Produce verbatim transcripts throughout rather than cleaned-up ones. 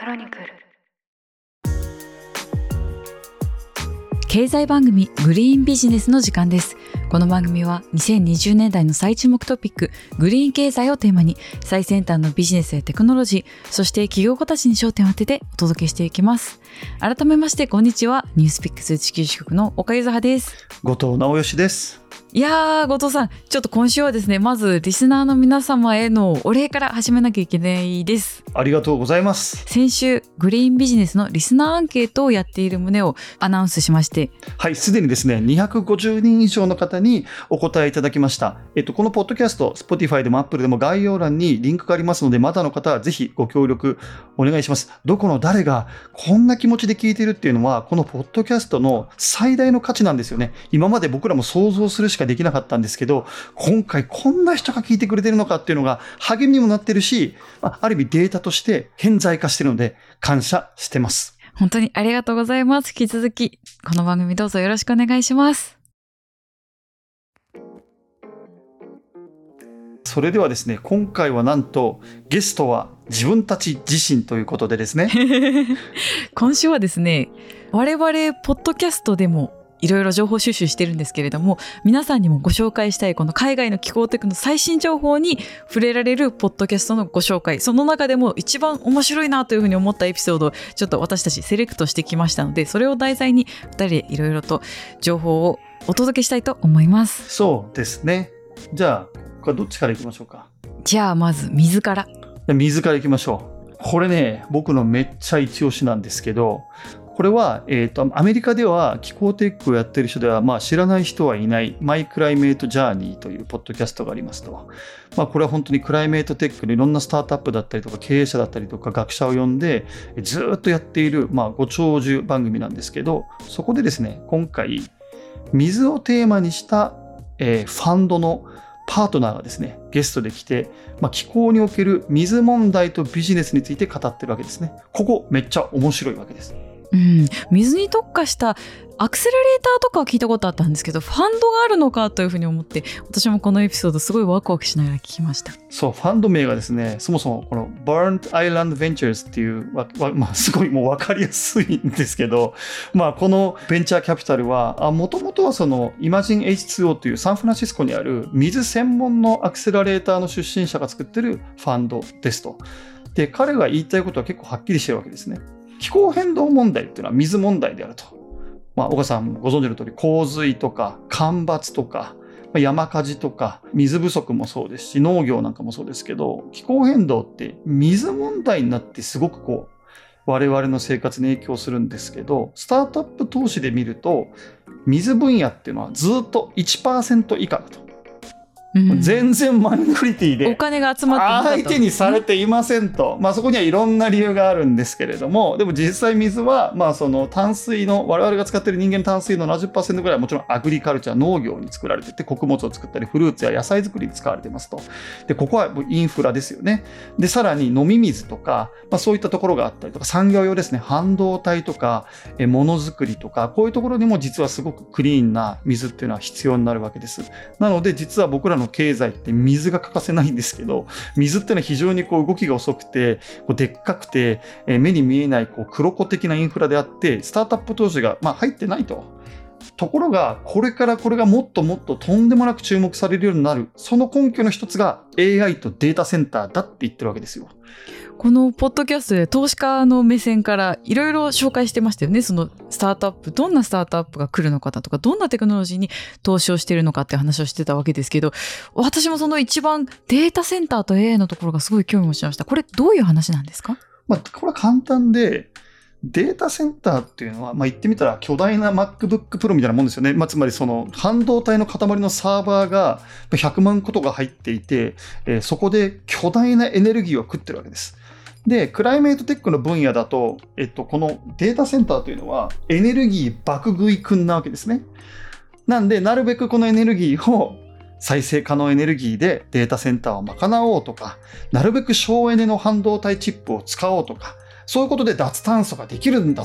クロニクル。 経済番組グリーンビジネスの時間です。この番組はにせんにじゅうねんだいの最注目トピックグリーン経済をテーマに最先端のビジネスやテクノロジー、そして企業家たちに焦点を当ててお届けしていきます。改めましてこんにちは。ニュースピックス地球支局の岡柚葉です。 後藤直義です。 いやー後藤さん、ちょっと今週はですね、まずリスナーの皆様へのお礼から始めなきゃいけないです。 ありがとうございます。 先週グリーンビジネスのリスナーアンケートをやっている旨をアナウンスしまして、 はい、すでにですねにひゃくごじゅうにん以上の方にお答えいただきました。えっとこのポッドキャスト Spotify でも Apple でも概要欄にリンクがありますので、まだの方はぜひご協力お願いします。どこの誰がこんな気持ちで聞いているっていうのはこのポッドキャストの最大の価値なんですよね。今まで僕らも想像するしかできなかったんですけど、今回こんな人が聞いてくれてるのかっていうのが励みにもなってるし、ある意味データとして顕在化しているので感謝してます。 本当にありがとうございます。引き続きこの番組どうぞよろしくお願いします。 それではですね、今回はなんとゲストは自分たち自身ということでですね今週はですね、我々ポッドキャストでもいろいろ情報収集してるんですけれども、皆さんにもご紹介したいこの海外の気候テクの最新情報に触れられるポッドキャストのご紹介、その中でも一番面白いなというふうに思ったエピソードをちょっと私たちセレクトしてきましたので、それを題材にふたりでいろいろと情報をお届けしたいと思います。 そうですね。じゃあこれどっちからいきましょうか。 じゃあまず水から。 水からいきましょう。これね、僕のめっちゃ一押しなんですけど、これは、えーと、アメリカでは気候テックをやっている人では、まあ、知らない人はいないマイクライメートジャーニーというポッドキャストがありますと、まあ、これは本当にクライメートテックのいろんなスタートアップだったりとか経営者だったりとか学者を呼んでずっとやっている、まあ、ご長寿番組なんですけど、そこでですね、今回水をテーマにした、えー、ファンドのパートナーがですねゲストで来て、まあ、気候における水問題とビジネスについて語ってるわけですね。ここめっちゃ面白いわけです。 うん、水に特化したアクセラレーターとかは聞いたことあったんですけど、ファンドがあるのかというふうに思って、私もこのエピソードすごいワクワクしながら聞きました。 そう、ファンド名がですね、そもそもこの Burnt Island Ventures っていう、まあ、すごいもう分かりやすいんですけど、まあ、このベンチャーキャピタルはもともとはその Imagine エイチツーオー というサンフランシスコにある水専門のアクセラレーターの出身者が作ってるファンドですと。で、彼が言いたいことは結構はっきりしてるわけですね。気候変動問題っていうのは水問題であると。まあ、岡さんもご存知の通り、洪水とか干ばつとか山火事とか水不足もそうですし、農業なんかもそうですけど、気候変動って水問題になってすごくこう我々の生活に影響するんですけど、スタートアップ投資で見ると水分野っていうのはずっと いちパーセント 以下だと。うん、全然マイノリティでお金が集まってなかった相手にされていませんと、まあ、そこにはいろんな理由があるんですけれども、でも実際水は、まあ、その淡水の我々が使っている人間淡水の ななじゅっパーセント ぐらいはもちろんアグリカルチャー農業に作られていて、穀物を作ったりフルーツや野菜作りに使われていますと。でここはインフラですよね。でさらに飲み水とか、まあ、そういったところがあったりとか、産業用ですね、半導体とかえものづくりとか、こういうところにも実はすごくクリーンな水っていうのは必要になるわけです。なので実は僕らの経済って水が欠かせないんですけど、水っていうのは非常にこう動きが遅くてこうでっかくて、えー、目に見えないこう黒子的なインフラであって、スタートアップ投資がまあ入ってないと。ところがこれからこれがもっともっととんでもなく注目されるようになる、その根拠の一つが エーアイ とデータセンターだって言ってるわけですよ。 このポッドキャストで投資家の目線からいろいろ紹介してましたよね。そのスタートアップ、どんなスタートアップが来るのかだとか、どんなテクノロジーに投資をしているのかって話をしてたわけですけど、私もその一番データセンターと エーアイ のところがすごい興味をしました。これどういう話なんですか？ まあ、これは簡単で、データセンターっていうのは、まあ、言ってみたら巨大な MacBook Pro みたいなもんですよね。まあ、つまりその半導体の塊のサーバーがひゃくまん個とか入っていて、えー、そこで巨大なエネルギーを食ってるわけです。で、クライメートテックの分野だと、えっと、このデータセンターというのはエネルギー爆食いくんなわけですね。なんで、なるべくこのエネルギーを再生可能エネルギーでデータセンターを賄おうとか、なるべく省エネの半導体チップを使おうとか、そういうことで脱炭素ができるんだぞと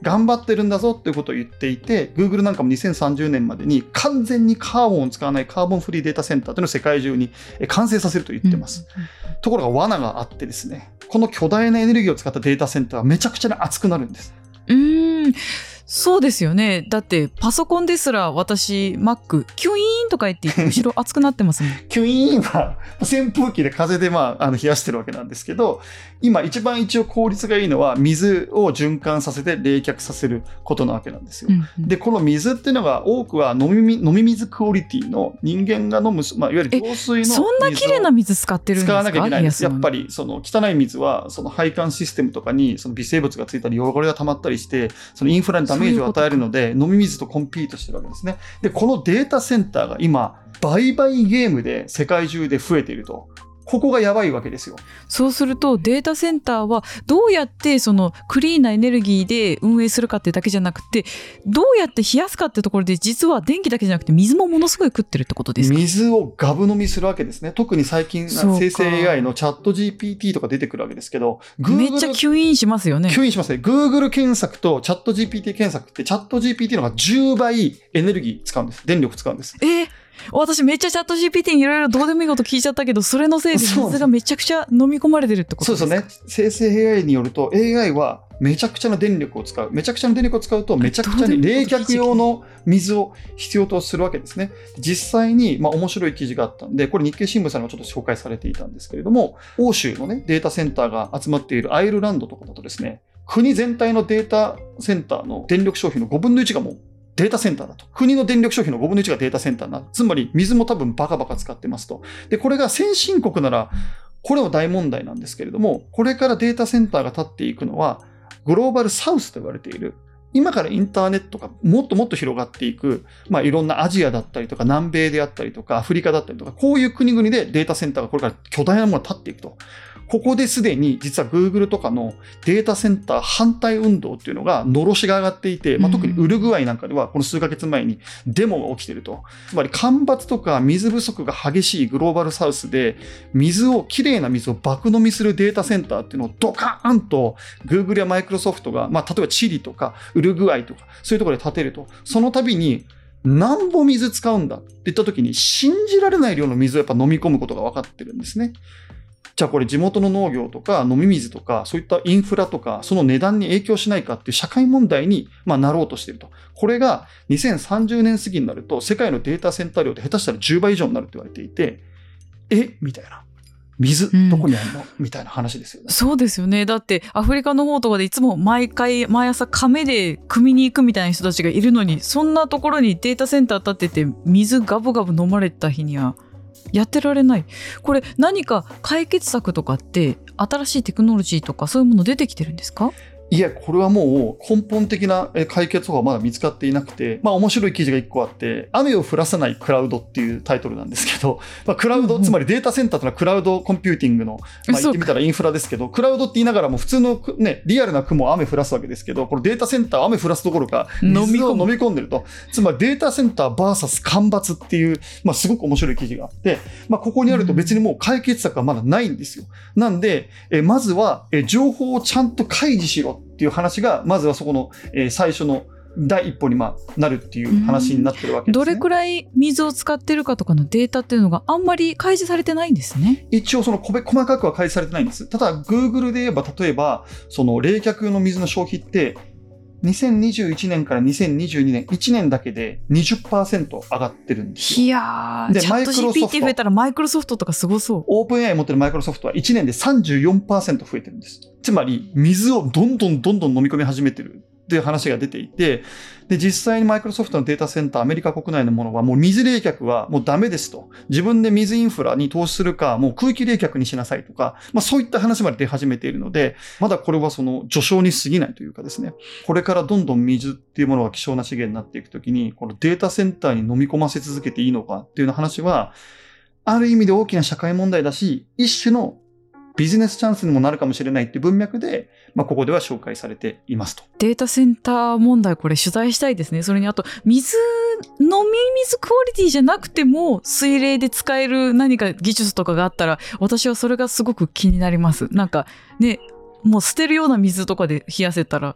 頑張ってるんだぞっていうことを言っていて、 Google なんかもにせんさんじゅうねんまでに完全にカーボンを使わないカーボンフリーデータセンターというのを世界中に完成させると言ってます、うんうんうん、ところが罠があってですね、この巨大なエネルギーを使ったデータセンターはめちゃくちゃに熱くなるんです。 うーん、そうですよね。だってパソコンですら私 Mac キュイーンとか言って後ろ熱くなってますもんキュイーンは扇風機で風で、まあ、あの冷やしてるわけなんですけど、今一番一応効率がいいのは水を循環させて冷却させることなわけなんですよ、うんうん、でこの水っていうのが多くは飲み、飲み水クオリティの人間が飲む、まあ、いわゆる浄水の水をそんな綺麗な水使ってるんですか？ 使わなきゃいけないんです。やっぱりその汚い水はその配管システムとかにその微生物がついたり汚れが溜まったりしてそのインフラにダメージを与えるので飲み水とコンピートしてるわけですね。でこのデータセンターが今売買ゲームで世界中で増えていると。ここがやばいわけですよ。 そうするとデータセンターはどうやってそのクリーンなエネルギーで運営するかってだけじゃなくて、どうやって冷やすかってところで実は電気だけじゃなくて水もものすごい食ってるってことですか？ 水をガブ飲みするわけですね。特に最近生成 エーアイ のチャット ジーピーティー とか出てくるわけですけど、 Google、めっちゃ吸引しますよね。 吸引しますね。Google 検索とチャット ジーピーティー 検索ってチャット ジーピーティー の方がじゅうばいエネルギー使うんです。電力使うんです。 えー私めっちゃチャット ジーピーティー にいろいろどうでもいいこと聞いちゃったけど、それのせいで水がめちゃくちゃ飲み込まれてるってことですか？ そうですよね。生成 エーアイ によると エーアイ はめちゃくちゃな電力を使う。めちゃくちゃな電力を使うとめちゃくちゃに冷却用の水を必要とするわけですね。実際にまあ面白い記事があったんで、これ日経新聞さんにもちょっと紹介されていたんですけれども、欧州のねデータセンターが集まっているアイルランドとかだとですね、国全体のデータセンターの電力消費のごぶんのいちがもうデータセンターだと。国の電力消費のごぶんのいちがデータセンターな。つまり水も多分バカバカ使ってますと。で、これが先進国なら、これは大問題なんですけれども、これからデータセンターが立っていくのは、グローバルサウスと言われている。今からインターネットがもっともっと広がっていく、まあいろんなアジアだったりとか南米であったりとかアフリカだったりとか、こういう国々でデータセンターがこれから巨大なものが立っていくと。ここですでに実は Google とかのデータセンター反対運動っていうのがのろしが上がっていて、まあ、特にウルグアイなんかではこの数ヶ月前にデモが起きていると。つまり干ばつとか水不足が激しいグローバルサウスで水を、きれいな水を爆飲みするデータセンターっていうのをドカーンと Google や Microsoft が、まあ、例えばチリとかウルグアイとかそういうところで建てると。その度になんぼ水使うんだって言った時に信じられない量の水をやっぱ飲み込むことが分かってるんですね。じゃあこれ地元の農業とか飲み水とかそういったインフラとかその値段に影響しないかっていう社会問題にまあなろうとしていると。これがにせんさんじゅうねん過ぎになると世界のデータセンター量って下手したらじゅうばい以上になるって言われていて、えみたいな。水どこにあるの、うん、みたいな話ですよね。 そうですよね。だってアフリカの方とかでいつも毎回毎朝亀で汲みに行くみたいな人たちがいるのに、そんなところにデータセンター立ってて水ガブガブ飲まれた日にはやってられない。これ何か解決策とかって新しいテクノロジーとかそういうもの出てきてるんですか？ いや、これはもう根本的な解決法はまだ見つかっていなくて、まあ面白い記事が一個あって、雨を降らさないクラウドっていうタイトルなんですけど、まあ、クラウド、つまりデータセンターというのはクラウドコンピューティングの、まあ、言ってみたらインフラですけど、クラウドって言いながらも普通のね、リアルな雲を雨降らすわけですけど、このデータセンターは雨降らすどころか水を飲み込んでると。つまりデータセンター ブイエス 干ばつっていう、まあすごく面白い記事があって、まあここにあると別にもう解決策はまだないんですよ。なんで、えまずはえ情報をちゃんと開示しろっていう話が、まずはそこの、えー、最初の第一歩に、まあ、なるっていう話になってるわけですね。 どれくらい水を使ってるかとかのデータっていうのがあんまり開示されてないんですね。 一応その細かくは開示されてないんです。ただ Google で言えば、例えばその冷却の水の消費ってにせんにじゅういちねんからにせんにじゅうにねんいちねんだけで にじゅっパーセント 上がってるんですよ。 いやー、チャット ジーピーティー 増えたらマイクロソフトとかすごそう。 オープン エーアイ 持ってるマイクロソフトはいちねんで さんじゅうよんパーセント 増えてるんです。つまり水をどんどんどんどん飲み込み始めてるっていう話が出ていて、で実際にマイクロソフトのデータセンター、アメリカ国内のものはもう水冷却はもうダメですと。自分で水インフラに投資するか、もう空気冷却にしなさいとか、まあそういった話まで出始めているので、まだこれはその序章に過ぎないというかですね、これからどんどん水っていうものが希少な資源になっていくときに、このデータセンターに飲み込ませ続けていいのかっていうような話は、ある意味で大きな社会問題だし、一種のビジネスチャンスにもなるかもしれないっていう文脈で、まあ、ここでは紹介されていますと。 データセンター問題、これ取材したいですね。それにあと、水、飲み水クオリティじゃなくても、水冷で使える何か技術とかがあったら、私はそれがすごく気になります。なんかね、もう捨てるような水とかで冷やせたら、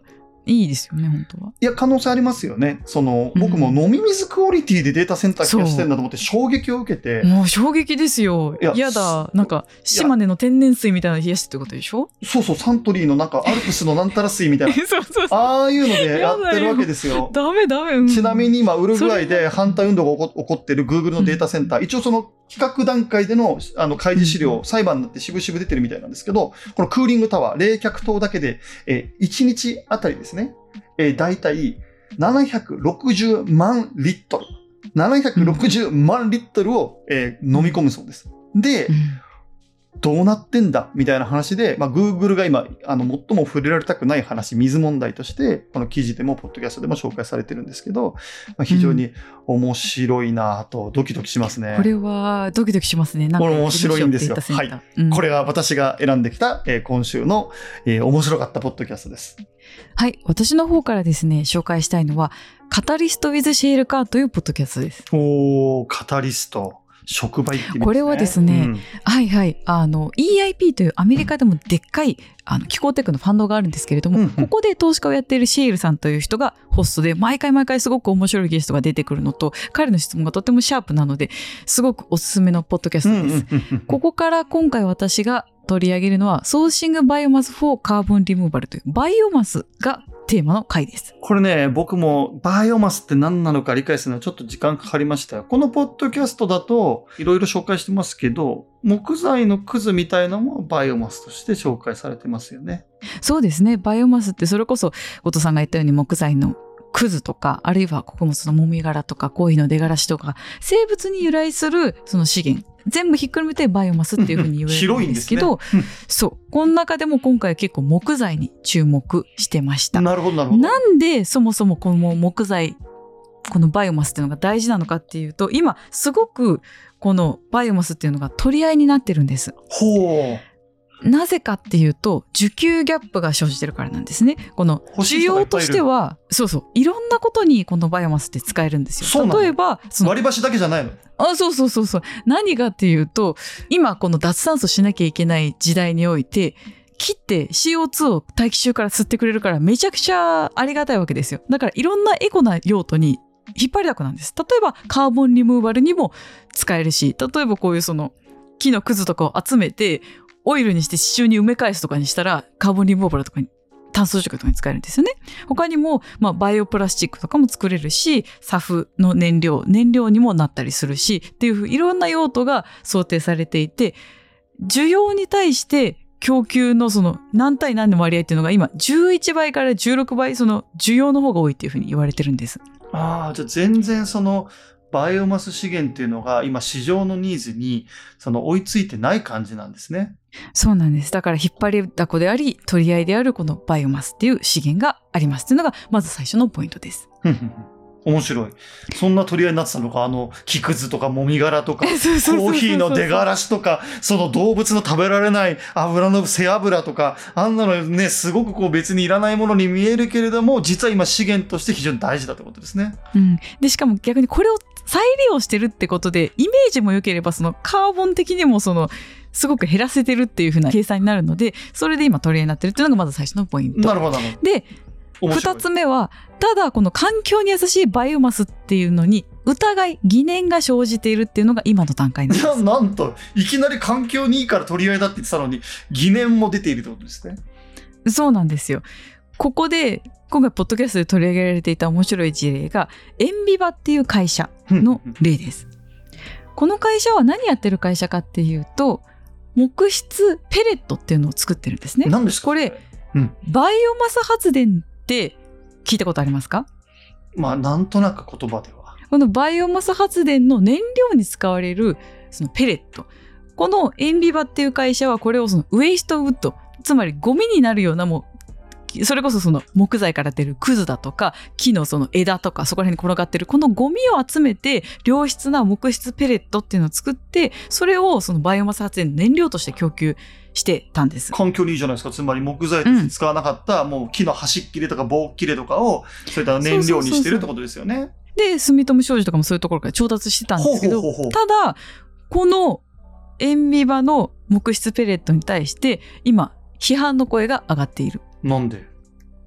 いいですよね、本当は。 いや、可能性ありますよね。その、僕も飲み水クオリティでデータセンター増やしてんだと思って衝撃を受けて。 もう衝撃ですよ。 いややだ。なんか、島根の天然水みたいなの冷やしてってことでしょ？ そうそう、サントリーのなんかアルプスのなんたら水みたいな。 そうそうそう。 ああいうのでやってるわけですよ。 ダメダメ。うん、 ちなみに今、ウルグアイで反対運動が起こってる Google のデータセンター、うん、一応その企画段階でのあの開示資料、うん、裁判になって渋々出てるみたいなんですけど、このクーリングタワー、冷却塔だけで、えー、いちにちあたりですね、えー、だいたいななひゃくろくじゅうまんリットル。ななひゃくろくじゅうまんリットルを、えー、飲み込むそうです。で、うん、どうなってんだみたいな話で、まあ、Google が今、あの、最も触れられたくない話、水問題として、この記事でも、ポッドキャストでも紹介されてるんですけど、まあ、非常に面白いなぁと、ドキドキしますね、 うん。これは、ドキドキしますね。なんかこれ面白いんですよ。はい、うん。これが私が選んできた、えー、今週の、えー、面白かったポッドキャストです。 はい。私の方からですね、紹介したいのは、カタリスト with シェールカーというポッドキャストです。 おー、カタリスト。触媒って意味ですね。 これはですね、うん、はいはい、あの イーアイピー というアメリカでもでっかいあの気候テックのファンドがあるんですけれども、うんうん、ここで投資家をやっているシェールさんという人がホストで、毎回毎回すごく面白いゲストが出てくるのと、彼の質問がとてもシャープなので、すごくおすすめのポッドキャストです。うんうんうんうん、ここから今回私が取り上げるのは、ソーシングバイオマスフォーカーボンリムーバルというバイオマスがテーマの回です。 これね、僕もバイオマスって何なのか理解するのはちょっと時間かかりましたよ。このポッドキャストだといろいろ紹介してますけど、木材のくずみたいなのもバイオマスとして紹介されてますよね。 そうですね。バイオマスってそれこそ後藤さんが言ったように木材のくずとか、あるいは穀物のもみ殻とかコーヒーの出がらしとか、生物に由来するその資源全部ひっくるめてバイオマスっていうふうに言われるんですけど、広いんですね。そう。この中でも今回結構木材に注目してました。 なるほど、なるほど。 なんでそもそもこの木材、このバイオマスっていうのが大事なのかっていうと、今すごくこのバイオマスっていうのが取り合いになってるんです。 ほう。 なぜかっていうと、需給ギャップが生じてるからなんですね。この需要としては、そうそう、いろんなことにこのバイオマスって使えるんですよ。 そうなの？ 例えば、その割り箸だけじゃないの？ あ、そうそうそうそう。何かっていうと、今この脱炭素しなきゃいけない時代において、木って シーオーツー を大気中から吸ってくれるからめちゃくちゃありがたいわけですよ。だからいろんなエコな用途に引っ張りだこなんです。例えばカーボンリムーバルにも使えるし、例えばこういうその木のくずとかを集めてオイルにして地中に埋め返すとかにしたらカーボンリムーバルとかに炭素除去とかに使えるんですよね。他にも、まあ、バイオプラスチックとかも作れるし、サフの燃料、燃料にもなったりするし、っていういろんな用途が想定されていて、需要に対して供給のその何対何の割合っていうのが今じゅういちばいからじゅうろくばいその需要の方が多いっていうふうに言われてるんです。 ああ、じゃあ全然そのバイオマス資源っていうのが今市場のニーズにその追いついてない感じなんですね。 そうなんです。だから引っ張りだこであり取り合いであるこのバイオマスっていう資源がありますっていうのがまず最初のポイントです。 面白い。そんな取り合いになってたのか。あの木くずとかもみ殻とかコーヒーの出がらしとか、その動物の食べられない油の背脂とか、あんなのね、すごくこう別にいらないものに見えるけれども、実は今資源として非常に大事だってことですね。 うん、でしかも逆にこれを再利用してるってことで、イメージも良ければそのカーボン的にもそのすごく減らせてるっていう風な計算になるので、それで今取り合いになってるっていうのがまず最初のポイント。 なるほど。 で、二つ目は、ただこの環境に優しいバイオマスっていうのに疑い、疑念が生じているっていうのが今の段階なんです。 な、なんと、いきなり環境にいいから取り合いだって言ってたのに、疑念も出ているってことですね。 そうなんですよ。ここで、今回ポッドキャストで取り上げられていた面白い事例が、エンビバっていう会社の例です。この会社は何やってる会社かっていうと、木質ペレットっていうのを作ってるんですね。 何ですか？ これ、うん、バイオマス発電って聞いたことありますか？ まあなんとなく言葉では。 このバイオマス発電の燃料に使われるそのペレット。このエンビバっていう会社はこれをそのウェイストウッド、つまりゴミになるようなもうそれこそその木材から出るクズだとか木のその枝とかそこら辺に転がってるこのゴミを集めて良質な木質ペレットっていうのを作ってそれをそのバイオマス発電の燃料として供給してたんです。 環境にいいじゃないですか。つまり木材として使わなかった、うん、もう木の端っ切れとか棒切れとかをそういった燃料にしてるってことですよね。そうそうそうそうで住友商事とかもそういうところから調達してたんですけど、ほうほうほうほう、ただこのエンビバの木質ペレットに対して今批判の声が上がっている。 なんで？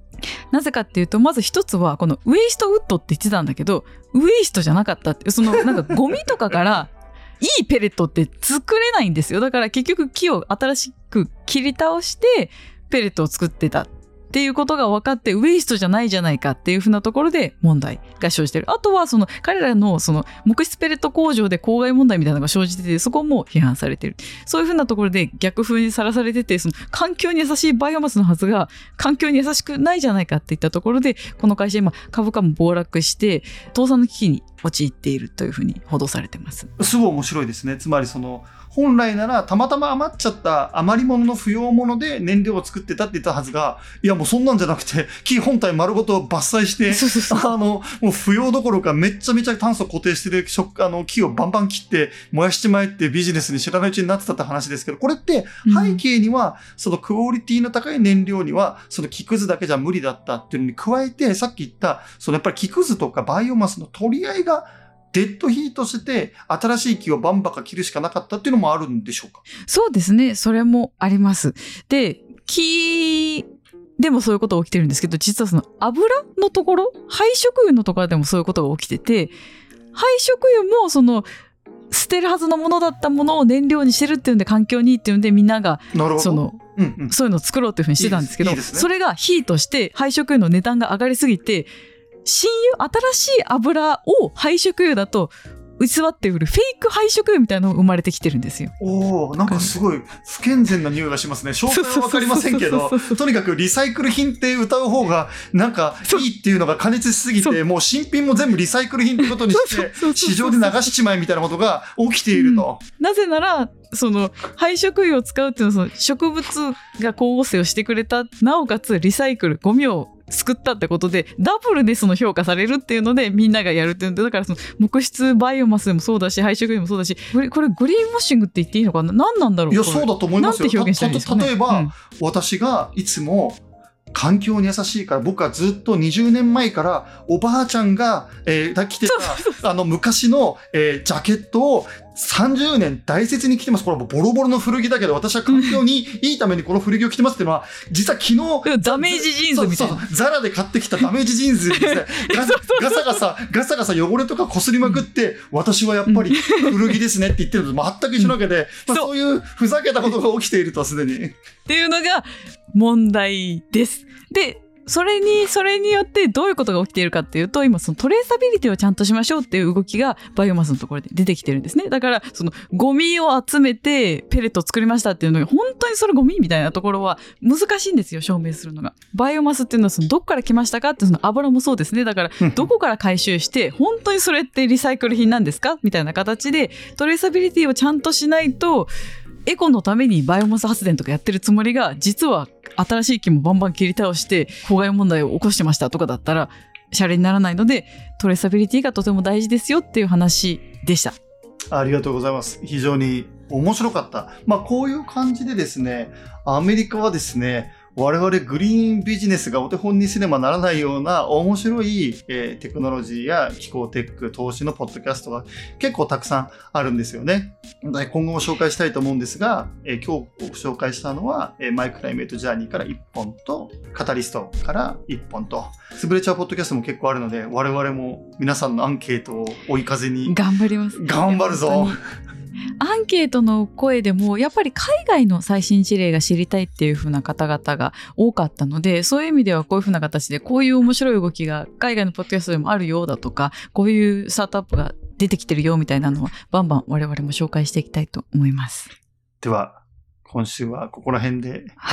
なぜかっていうと、まず一つはこのウェイストウッドって言ってたんだけど、ウェイストじゃなかったって、そのなんかゴミとかからいいペレットって作れないんですよ。だから結局木を新しく切り倒してペレットを作ってたっていうことが分かって、ウェイストじゃないじゃないかっていうふうなところで問題が生じている。あとはその彼らのその木質ペレット工場で公害問題みたいなのが生じてて、そこも批判されている。そういうふうなところで逆風にさらされてて、その環境に優しいバイオマスのはずが環境に優しくないじゃないかっていったところで、この会社今株価も暴落して倒産の危機に陥っているというふうに報道されてます。 すごい面白いですね。つまりその本来ならたまたま余っちゃった余り物の不要物で燃料を作ってたって言ったはずが、いやもうそんなんじゃなくて木本体丸ごと伐採してそうそうそう、 あのもう不要どころかめっちゃめちゃ炭素固定してるあの木をバンバン切って燃やしちまえってビジネスに知らないうちになってたって話ですけど、これって背景にはそのクオリティの高い燃料にはその木くずだけじゃ無理だったっていうのに加えて、さっき言ったそのやっぱり木くずとかバイオマスの取り合いがデッドヒートして新しい木をバンバカ切るしかなかったっていうのもあるんでしょうか？ そうですね。それもあります。で、木でもそういうことが起きてるんですけど、実はその油のところ、廃食油のところでもそういうことが起きてて、廃食油もその捨てるはずのものだったものを燃料にしてるっていうんで環境にいいっていうんで、みんながそのうんうん、そういうのを作ろうっていうふうにしてたんですけど、いいです、いいですね、それがヒートして廃食油の値段が上がりすぎて、新油、新しい油を廃食油だと偽って売るフェイク廃食油みたいなのが生まれてきてるんですよ。 おー、なんかすごい不健全な匂いがしますね。詳細はわかりませんけど、とにかくリサイクル品って歌う方がなんかいいっていうのが過熱しすぎて、もう新品も全部リサイクル品ってことにして市場で流しちまえみたいなことが起きていると、 うん、なぜならその廃食油を使うっていうのは、その植物が光合成をしてくれた、なおかつリサイクル、ゴミを救ったってことでダブルでその評価されるっていうのでみんながやるっていうので、だからその木質バイオマスでもそうだし廃食油もそうだし、これ、これグリーンウォッシングって言っていいのかな、何なんだろう。 いやそうだと思いますよ。 なんて表現したらいいんですかね。 例えば、 うん、 私がいつも環境に優しいから、僕はずっとにじゅうねんまえからおばあちゃんが、えー、着てたあの昔の、えー、ジャケットをさんじゅうねん大切に着てます。これはボロボロの古着だけど、私は環境にいいためにこの古着を着てますっていうのは、実は昨日ダメージジーンズみたいな、 そうそう、ザラで買ってきたダメージジーンズですね。ガサガサガサガサ汚れとか擦りまくって、うん、私はやっぱり古着ですねって言ってるのと全く一緒なわけで、うん、まあ、そういうふざけたことが起きているとすでにっていうのが問題です。でそれに、それによってどういうことが起きているかっていうと、今そのトレーサビリティをちゃんとしましょうっていう動きがバイオマスのところで出てきてるんですね。だからそのゴミを集めてペレットを作りましたっていうのが本当にそれゴミみたいなところは難しいんですよ、証明するのが。バイオマスっていうのはそのどこから来ましたかって、その油もそうですね。だからどこから回収して本当にそれってリサイクル品なんですかみたいな形でトレーサビリティをちゃんとしないと、エコのためにバイオマス発電とかやってるつもりが、実は新しい木もバンバン切り倒して公害問題を起こしてましたとかだったらシャレにならないので、トレーサビリティがとても大事ですよっていう話でした。 ありがとうございます。非常に面白かった。まあこういう感じでですね、アメリカはですね、我々グリーンビジネスがお手本にせねばならないような面白い、えー、テクノロジーや気候テック、投資のポッドキャストが結構たくさんあるんですよね。今後も紹介したいと思うんですが、えー、今日紹介したのは、えー、マイクライメイトジャーニーからいっぽんと、カタリストからいっぽんと、潰れちゃうポッドキャストも結構あるので、我々も皆さんのアンケートを追い風に頑張ります。 頑張るぞ。 アンケートの声でもやっぱり海外の最新事例が知りたいっていう風な方々が多かったので、そういう意味ではこういう風な形でこういう面白い動きが海外のポッドキャストでもあるようだとか、こういうスタートアップが出てきてるよみたいなのはバンバン我々も紹介していきたいと思います。 では今週はここら辺で。 はい。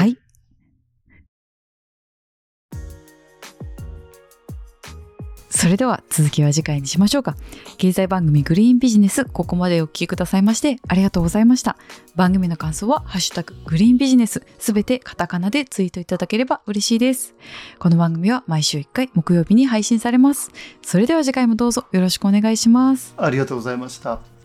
それでは続きは次回にしましょうか。経済番組グリーンビジネス、ここまでお聞きくださいましてありがとうございました。番組の感想はハッシュタググリーンビジネス、すべてカタカナでツイートいただければ嬉しいです。この番組は毎週いっかい木曜日に配信されます。それでは次回もどうぞよろしくお願いします。 ありがとうございました。